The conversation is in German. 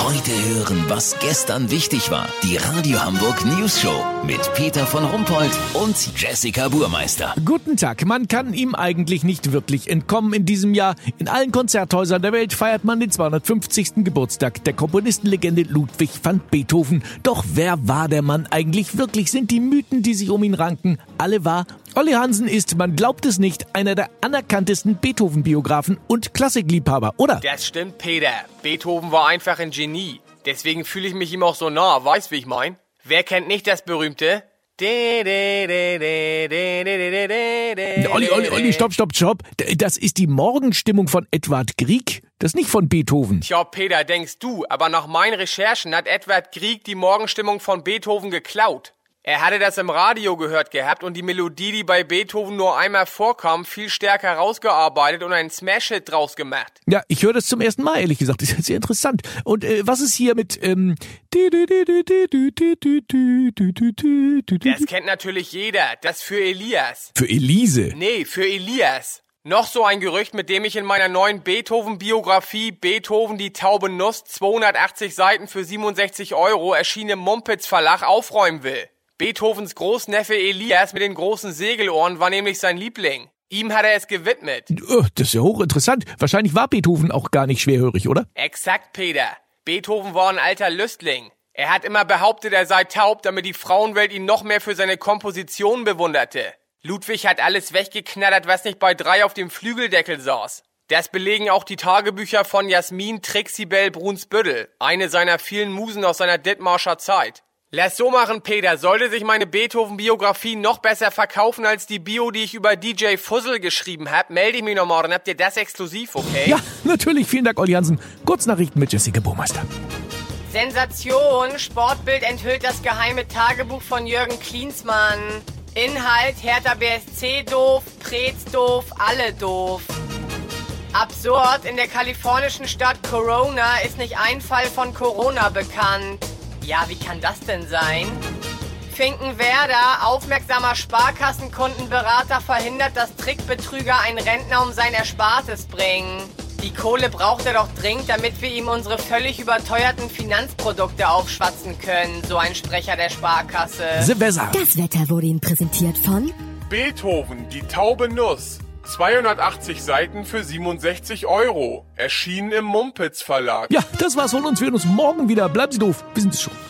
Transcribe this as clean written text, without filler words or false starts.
Heute hören, was gestern wichtig war. Die Radio Hamburg News Show mit Peter von Rumpold und Jessica Burmeister. Guten Tag. Man kann ihm eigentlich nicht wirklich entkommen in diesem Jahr. In allen Konzerthäusern der Welt feiert man den 250. Geburtstag der Komponistenlegende Ludwig van Beethoven. Doch wer war der Mann eigentlich wirklich? Sind die Mythen, die sich um ihn ranken, alle wahr? Olli Hansen ist, man glaubt es nicht, einer der anerkanntesten Beethoven-Biografen und Klassikliebhaber, oder? Das stimmt, Peter. Beethoven war einfach ein Genie. Deswegen fühle ich mich ihm auch so nah, weißt wie ich mein? Wer kennt nicht das berühmte? Olli, stopp. Das ist die Morgenstimmung von Edvard Grieg, das ist nicht von Beethoven. Tja, Peter, denkst du, aber nach meinen Recherchen hat Edvard Grieg die Morgenstimmung von Beethoven geklaut. Er hatte das im Radio gehört gehabt und die Melodie, die bei Beethoven nur einmal vorkam, viel stärker rausgearbeitet und einen Smash-Hit draus gemacht. Ja, ich höre das zum ersten Mal, ehrlich gesagt. Das ist sehr interessant. Und was ist hier mit Das kennt natürlich jeder. Das für Elias. Für Elise? Nee, für Elias. Noch so ein Gerücht, mit dem ich in meiner neuen Beethoven-Biografie Beethoven die taube Nuss 280 Seiten für 67 € erschienen im Mumpitz Verlag aufräumen will. Beethovens Großneffe Elias mit den großen Segelohren war nämlich sein Liebling. Ihm hat er es gewidmet. Das ist ja hochinteressant. Wahrscheinlich war Beethoven auch gar nicht schwerhörig, oder? Exakt, Peter. Beethoven war ein alter Lüstling. Er hat immer behauptet, er sei taub, damit die Frauenwelt ihn noch mehr für seine Kompositionen bewunderte. Ludwig hat alles weggeknattert, was nicht bei 3 auf dem Flügeldeckel saß. Das belegen auch die Tagebücher von Jasmin Trixibel Brunsbüttel, eine seiner vielen Musen aus seiner Dithmarscher Zeit. Lass so machen, Peter. Sollte sich meine Beethoven-Biografie noch besser verkaufen als die Bio, die ich über DJ Fussel geschrieben habe, melde ich mich noch morgen. Habt ihr das exklusiv, okay? Ja, natürlich. Vielen Dank, Olli Hansen. Kurznachrichten mit Jessica Burmeister. Sensation! Sportbild enthüllt das geheime Tagebuch von Jürgen Klinsmann. Inhalt: Hertha BSC doof, Preetz doof, alle doof. Absurd: In der kalifornischen Stadt Corona ist nicht ein Fall von Corona bekannt. Ja, wie kann das denn sein? Finkenwerder: Aufmerksamer Sparkassenkundenberater verhindert, dass Trickbetrüger einen Rentner um sein Erspartes bringen. Die Kohle braucht er doch dringend, damit wir ihm unsere völlig überteuerten Finanzprodukte aufschwatzen können, so ein Sprecher der Sparkasse. Silvester. Das Wetter wurde Ihnen präsentiert von Beethoven, die taube Nuss. 280 Seiten für 67 €. Erschienen im Mumpitz Verlag. Ja, das war's von uns. Wir hören uns morgen wieder. Bleiben Sie doof. Wir sind es schon.